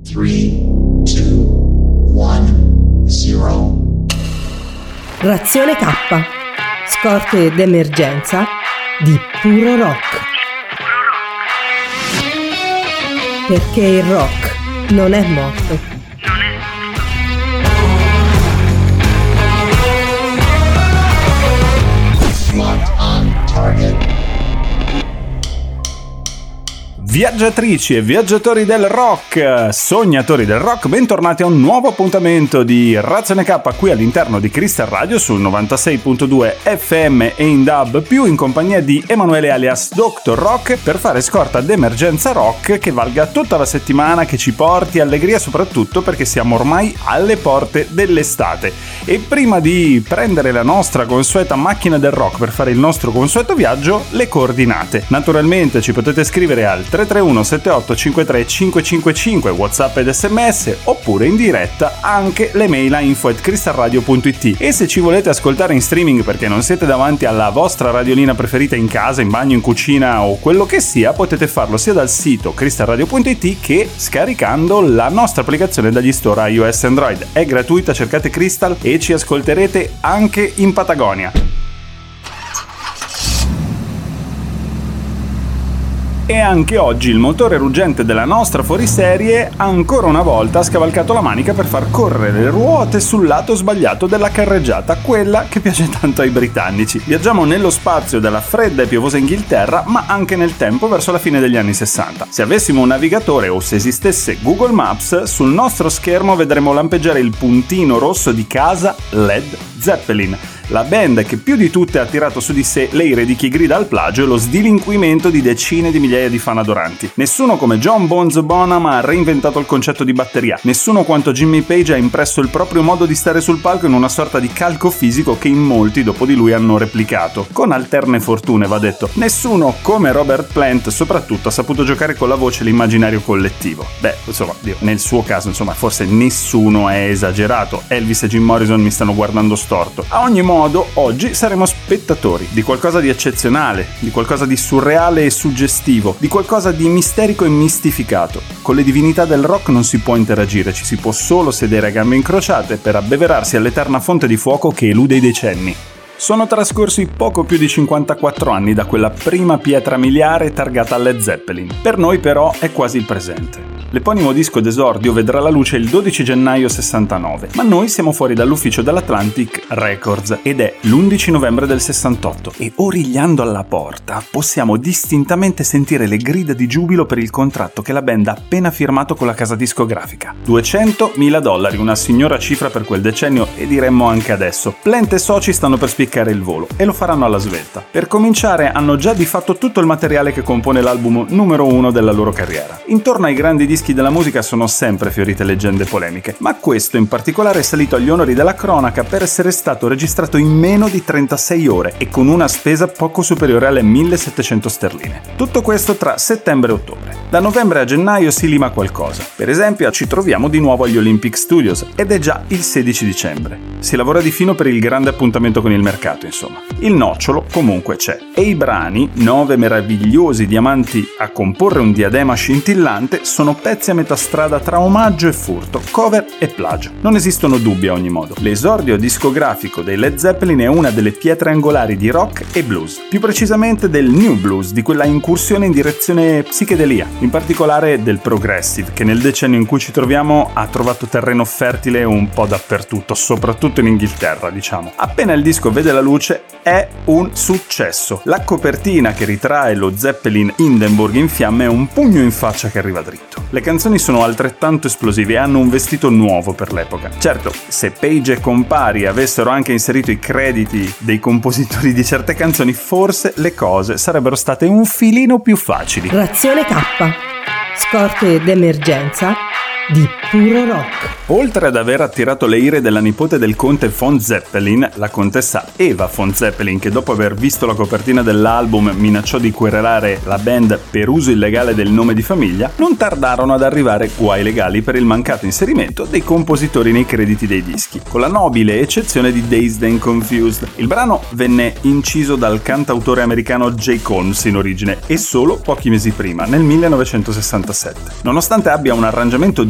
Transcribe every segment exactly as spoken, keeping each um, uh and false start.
tre, due, uno, zero. Razione K. Scorte d'emergenza di puro rock. Perché il rock non è morto. Locked on target. Viaggiatrici e viaggiatori del rock, sognatori del rock, bentornati a un nuovo appuntamento di Razione K qui all'interno di Crystal Radio sul novantasei virgola due F M e in D A B più, in compagnia di Emanuele alias Doctor Rock, per fare scorta d'emergenza rock che valga tutta la settimana, che ci porti allegria, soprattutto perché siamo ormai alle porte dell'estate. E prima di prendere la nostra consueta macchina del rock per fare il nostro consueto viaggio, le coordinate. Naturalmente ci potete scrivere al tre tre uno sette otto cinque tre cinque cinque cinque, WhatsApp ed sms, oppure in diretta anche le mail a info at crystalradio punto it. E se ci volete ascoltare in streaming perché non siete davanti alla vostra radiolina preferita in casa, in bagno, in cucina o quello che sia, potete farlo sia dal sito crystalradio punto it che scaricando la nostra applicazione dagli store iOS e Android. È gratuita, cercate Crystal e ci ascolterete anche in Patagonia. E anche oggi il motore ruggente della nostra fuoriserie ancora una volta ha scavalcato la manica per far correre le ruote sul lato sbagliato della carreggiata, quella che piace tanto ai britannici. Viaggiamo nello spazio della fredda e piovosa Inghilterra, ma anche nel tempo verso la fine degli anni sessanta. Se avessimo un navigatore o se esistesse Google Maps, sul nostro schermo vedremo lampeggiare il puntino rosso di casa Led Zeppelin, la band che più di tutte ha tirato su di sé le ire di chi grida al plagio e lo sdilinquimento di decine di migliaia di fan adoranti. Nessuno come John Bones Bonham ha reinventato il concetto di batteria, nessuno quanto Jimmy Page ha impresso il proprio modo di stare sul palco in una sorta di calco fisico che in molti dopo di lui hanno replicato, con alterne fortune va detto. Nessuno come Robert Plant soprattutto ha saputo giocare con la voce e l'immaginario collettivo. Beh, insomma, nel suo caso, insomma, forse nessuno è esagerato. Elvis e Jim Morrison mi stanno guardando storto. A ogni modo, oggi saremo spettatori di qualcosa di eccezionale, di qualcosa di surreale e suggestivo, di qualcosa di misterico e mistificato. Con le divinità del rock non si può interagire, ci si può solo sedere a gambe incrociate per abbeverarsi all'eterna fonte di fuoco che elude i decenni. Sono trascorsi poco più di cinquantaquattro anni da quella prima pietra miliare targata Led Zeppelin. Per noi però è quasi il presente. L'eponimo disco d'esordio vedrà la luce il dodici gennaio sessantanove, ma noi siamo fuori dall'ufficio dell'Atlantic Records ed è l'undici novembre del sessantotto e origliando alla porta possiamo distintamente sentire le grida di giubilo per il contratto che la band ha appena firmato con la casa discografica. duecentomila dollari, una signora cifra per quel decennio e diremmo anche adesso. Plant e soci stanno per spiccare il volo e lo faranno alla svelta. Per cominciare hanno già di fatto tutto il materiale che compone l'album numero uno della loro carriera. Intorno ai grandi dischi della musica sono sempre fiorite leggende polemiche, ma questo in particolare è salito agli onori della cronaca per essere stato registrato in meno di trentasei ore e con una spesa poco superiore alle millesettecento sterline. Tutto questo tra settembre e ottobre. Da novembre a gennaio si lima qualcosa. Per esempio ci troviamo di nuovo agli Olympic Studios ed è già il sedici dicembre. Si lavora di fino per il grande appuntamento con il mercato, insomma. Il nocciolo comunque c'è e i brani, nove meravigliosi diamanti a comporre un diadema scintillante, sono pezzi a metà strada tra omaggio e furto, cover e plagio. Non esistono dubbi a ogni modo. L'esordio discografico dei Led Zeppelin è una delle pietre angolari di rock e blues, più precisamente del new blues, di quella incursione in direzione psichedelia, in particolare del progressive, che nel decennio in cui ci troviamo ha trovato terreno fertile un po' dappertutto, soprattutto in Inghilterra, diciamo. Appena il disco vede la luce è un successo. La copertina che ritrae lo Zeppelin Hindenburg in fiamme è un pugno in faccia che arriva dritto. Le canzoni sono altrettanto esplosive e hanno un vestito nuovo per l'epoca. Certo, se Page e compari avessero anche inserito i crediti dei compositori di certe canzoni, forse le cose sarebbero state un filino più facili. Razione K. Scorte d'emergenza di puro rock. Oltre ad aver attirato le ire della nipote del conte von Zeppelin, la contessa Eva von Zeppelin, che dopo aver visto la copertina dell'album minacciò di querelare la band per uso illegale del nome di famiglia, non tardarono ad arrivare guai legali per il mancato inserimento dei compositori nei crediti dei dischi, con la nobile eccezione di Dazed and Confused. Il brano venne inciso dal cantautore americano Jake Holmes in origine e solo pochi mesi prima, nel millenovecentosessantasette. Nonostante abbia un arrangiamento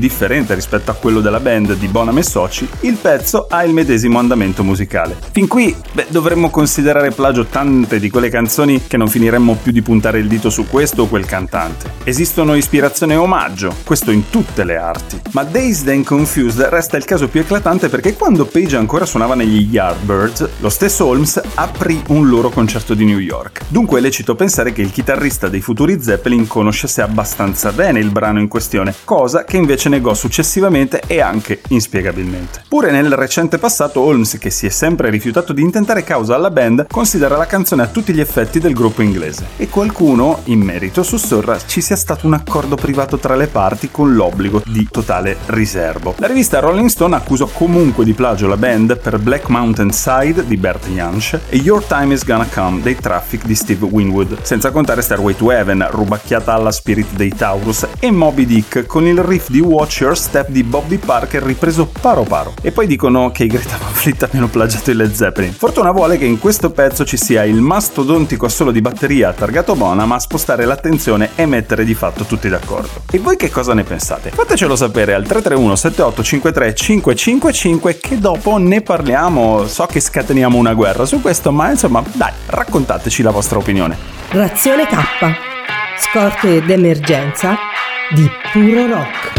differente rispetto a quello della band di Bonham e Soci, il pezzo ha il medesimo andamento musicale. Fin qui, beh, dovremmo considerare plagio tante di quelle canzoni che non finiremmo più di puntare il dito su questo o quel cantante. Esistono ispirazione e omaggio, questo in tutte le arti. Ma Dazed and Confused resta il caso più eclatante perché quando Page ancora suonava negli Yardbirds, lo stesso Holmes aprì un loro concerto di New York. Dunque è lecito pensare che il chitarrista dei futuri Zeppelin conoscesse abbastanza bene il brano in questione, cosa che invece negò successivamente e anche inspiegabilmente. Pure nel recente passato Holmes, che si è sempre rifiutato di intentare causa alla band, considera la canzone a tutti gli effetti del gruppo inglese. E qualcuno, in merito, sussurra ci sia stato un accordo privato tra le parti con l'obbligo di totale riservo. La rivista Rolling Stone accusò comunque di plagio la band per Black Mountain Side di Bert Jansch e Your Time Is Gonna Come dei Traffic di Steve Winwood, senza contare Stairway to Heaven, rubacchiata alla Spirit dei Taurus, e Moby Dick con il riff di Watch Your Step di Bobby Parker ripreso paro paro. E poi dicono che i Greta Van Fleet abbiano plagiato i Led Zeppelin. Fortuna vuole che in questo pezzo ci sia il mastodontico assolo di batteria targato Bonham a spostare l'attenzione e mettere di fatto tutti d'accordo. E voi che cosa ne pensate? Fatecelo sapere al tre tre uno sette otto cinque tre cinque cinque cinque che dopo ne parliamo. So che scateniamo una guerra su questo, ma insomma dai, raccontateci la vostra opinione. Razione K. Scorte d'emergenza di puro rock.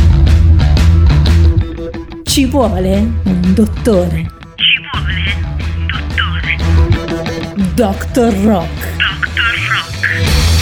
Ci vuole un dottore. Ci vuole un dottore. Doctor Rock. Doctor Rock.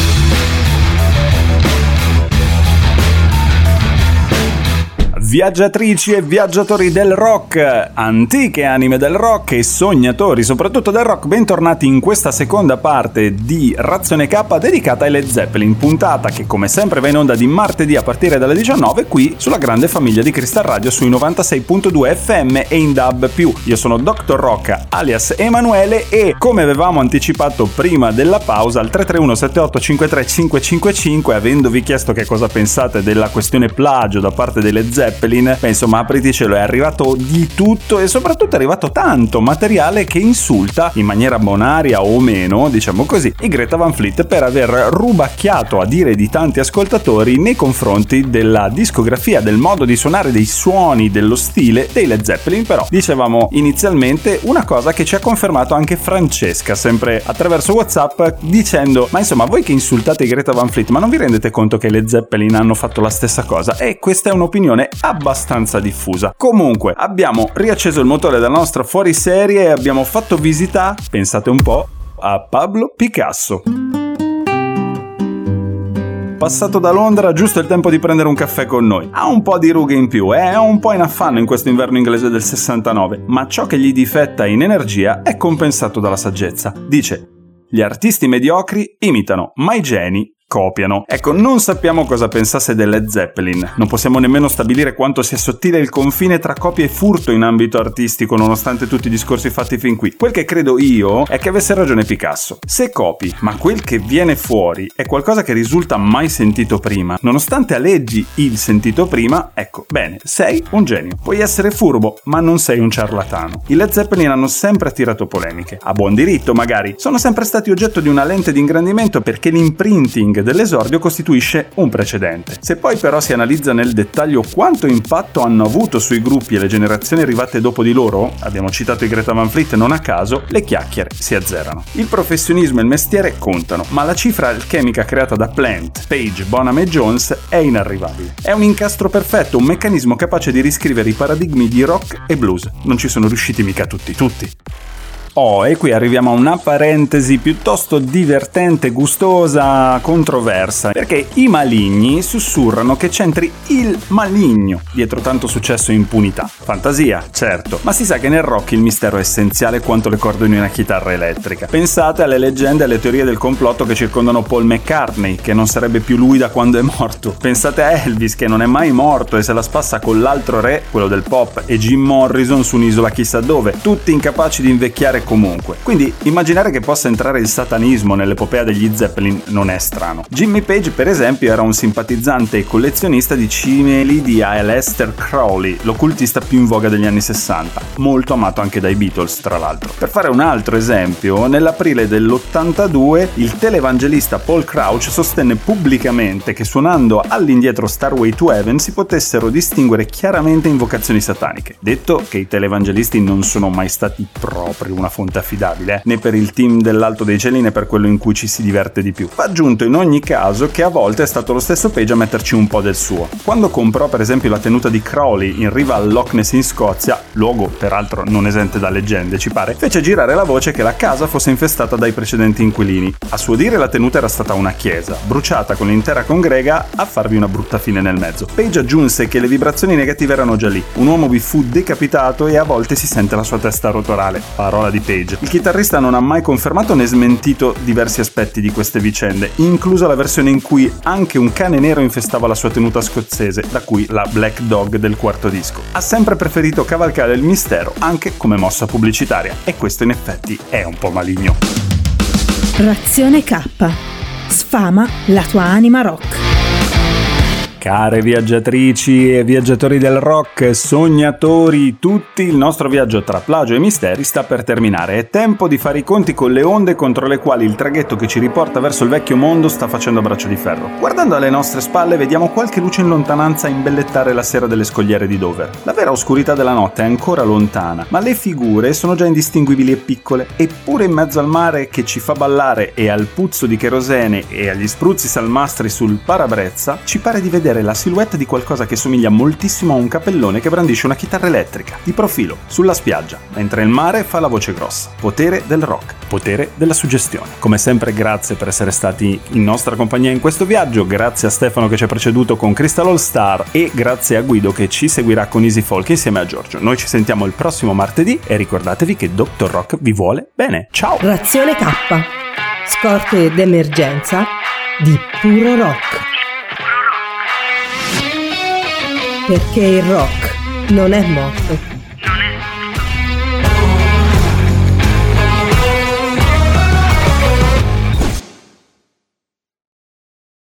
Viaggiatrici e viaggiatori del rock, antiche anime del rock e sognatori soprattutto del rock, bentornati in questa seconda parte di Razione K dedicata ai Led Zeppelin, puntata che come sempre va in onda di martedì a partire dalle diciannove qui sulla grande famiglia di Crystal Radio sui novantasei virgola due F M e in D A B più. Io sono Doctor Rock alias Emanuele e come avevamo anticipato prima della pausa al tre tre uno sette otto cinque tre cinque cinque cinque, avendovi chiesto che cosa pensate della questione plagio da parte dei Led Zeppelin, beh, insomma, apriti cielo, è arrivato di tutto e soprattutto è arrivato tanto materiale che insulta in maniera bonaria o meno, diciamo così, i Greta Van Fleet per aver rubacchiato, a dire di tanti ascoltatori, nei confronti della discografia, del modo di suonare, dei suoni, dello stile dei Led Zeppelin. Però dicevamo inizialmente una cosa che ci ha confermato anche Francesca, sempre attraverso WhatsApp, dicendo ma insomma voi che insultate i Greta Van Fleet, ma non vi rendete conto che i Led Zeppelin hanno fatto la stessa cosa? E questa è un'opinione abbastanza diffusa. Comunque abbiamo riacceso il motore della nostra fuoriserie e abbiamo fatto visita, pensate un po', a Pablo Picasso. Passato da Londra, giusto il tempo di prendere un caffè con noi. Ha un po' di rughe in più, è un po' in affanno in questo inverno inglese del sessantanove, ma ciò che gli difetta in energia è compensato dalla saggezza. Dice: gli artisti mediocri imitano, ma i geni copiano. Ecco, non sappiamo cosa pensasse dei Led Zeppelin, non possiamo nemmeno stabilire quanto sia sottile il confine tra copia e furto in ambito artistico, nonostante tutti i discorsi fatti fin qui. Quel che credo io è che avesse ragione Picasso. Se copi, ma quel che viene fuori è qualcosa che risulta mai sentito prima, nonostante aleggi il sentito prima, ecco, bene, sei un genio. Puoi essere furbo, ma non sei un ciarlatano. I Led Zeppelin hanno sempre attirato polemiche, a buon diritto magari, sono sempre stati oggetto di una lente di ingrandimento perché l'imprinting dell'esordio costituisce un precedente. Se poi però si analizza nel dettaglio quanto impatto hanno avuto sui gruppi e le generazioni arrivate dopo di loro, abbiamo citato i Greta Van Fleet non a caso, le chiacchiere si azzerano. Il professionismo e il mestiere contano, ma la cifra alchemica creata da Plant, Page, Bonham e Jones è inarrivabile. È un incastro perfetto, un meccanismo capace di riscrivere i paradigmi di rock e blues. Non ci sono riusciti mica tutti, tutti. Oh, e qui arriviamo a una parentesi piuttosto divertente, gustosa, controversa, perché i maligni sussurrano che c'entri il maligno dietro tanto successo e impunità. Fantasia, certo, ma si sa che nel rock il mistero è essenziale quanto le corde di una chitarra elettrica. Pensate alle leggende e alle teorie del complotto che circondano Paul McCartney, che non sarebbe più lui da quando è morto. Pensate a Elvis, che non è mai morto e se la spassa con l'altro re, quello del pop, e Jim Morrison su un'isola chissà dove, tutti incapaci di invecchiare morire comunque. Quindi immaginare che possa entrare il satanismo nell'epopea degli Zeppelin non è strano. Jimmy Page, per esempio, era un simpatizzante e collezionista di cimeli di Aleister Crowley, l'occultista più in voga degli anni sessanta, molto amato anche dai Beatles, tra l'altro. Per fare un altro esempio, nell'aprile dell'ottantadue il televangelista Paul Crouch sostenne pubblicamente che suonando all'indietro Starway to Heaven si potessero distinguere chiaramente invocazioni sataniche. Detto che i televangelisti non sono mai stati proprio una fonte affidabile, eh? né per il team dell'Alto dei Cieli né per quello in cui ci si diverte di più. Va aggiunto in ogni caso che a volte è stato lo stesso Page a metterci un po' del suo. Quando comprò per esempio la tenuta di Crowley in riva al Loch Ness in Scozia, luogo peraltro non esente da leggende ci pare, fece girare la voce che la casa fosse infestata dai precedenti inquilini. A suo dire la tenuta era stata una chiesa, bruciata con l'intera congrega a farvi una brutta fine nel mezzo. Page aggiunse che le vibrazioni negative erano già lì. Un uomo vi fu decapitato e a volte si sente la sua testa rotolare. Parola di Page. Il chitarrista non ha mai confermato né smentito diversi aspetti di queste vicende, inclusa la versione in cui anche un cane nero infestava la sua tenuta scozzese, da cui la Black Dog del quarto disco. Ha sempre preferito cavalcare il mistero anche come mossa pubblicitaria, e questo in effetti è un po' maligno. Razione K. Sfama la tua anima rock. Care viaggiatrici e viaggiatori del rock, sognatori tutti, il nostro viaggio tra plagio e misteri sta per terminare. È tempo di fare i conti con le onde contro le quali il traghetto che ci riporta verso il vecchio mondo sta facendo a braccio di ferro. Guardando alle nostre spalle vediamo qualche luce in lontananza imbellettare la sera delle scogliere di Dover. La vera oscurità della notte è ancora lontana, ma le figure sono già indistinguibili e piccole, eppure in mezzo al mare che ci fa ballare e al puzzo di kerosene e agli spruzzi salmastri sul parabrezza ci pare di vedere la silhouette di qualcosa che somiglia moltissimo a un capellone che brandisce una chitarra elettrica, di profilo, sulla spiaggia, mentre il mare fa la voce grossa. Potere del rock, potere della suggestione. Come sempre grazie per essere stati in nostra compagnia in questo viaggio, grazie a Stefano che ci ha preceduto con Crystal All Star e grazie a Guido che ci seguirà con Easy Folk insieme a Giorgio. Noi ci sentiamo il prossimo martedì e ricordatevi che doctor Rock vi vuole bene. Ciao! Razione K. Scorte d'emergenza di puro rock. Perché il rock non è morto.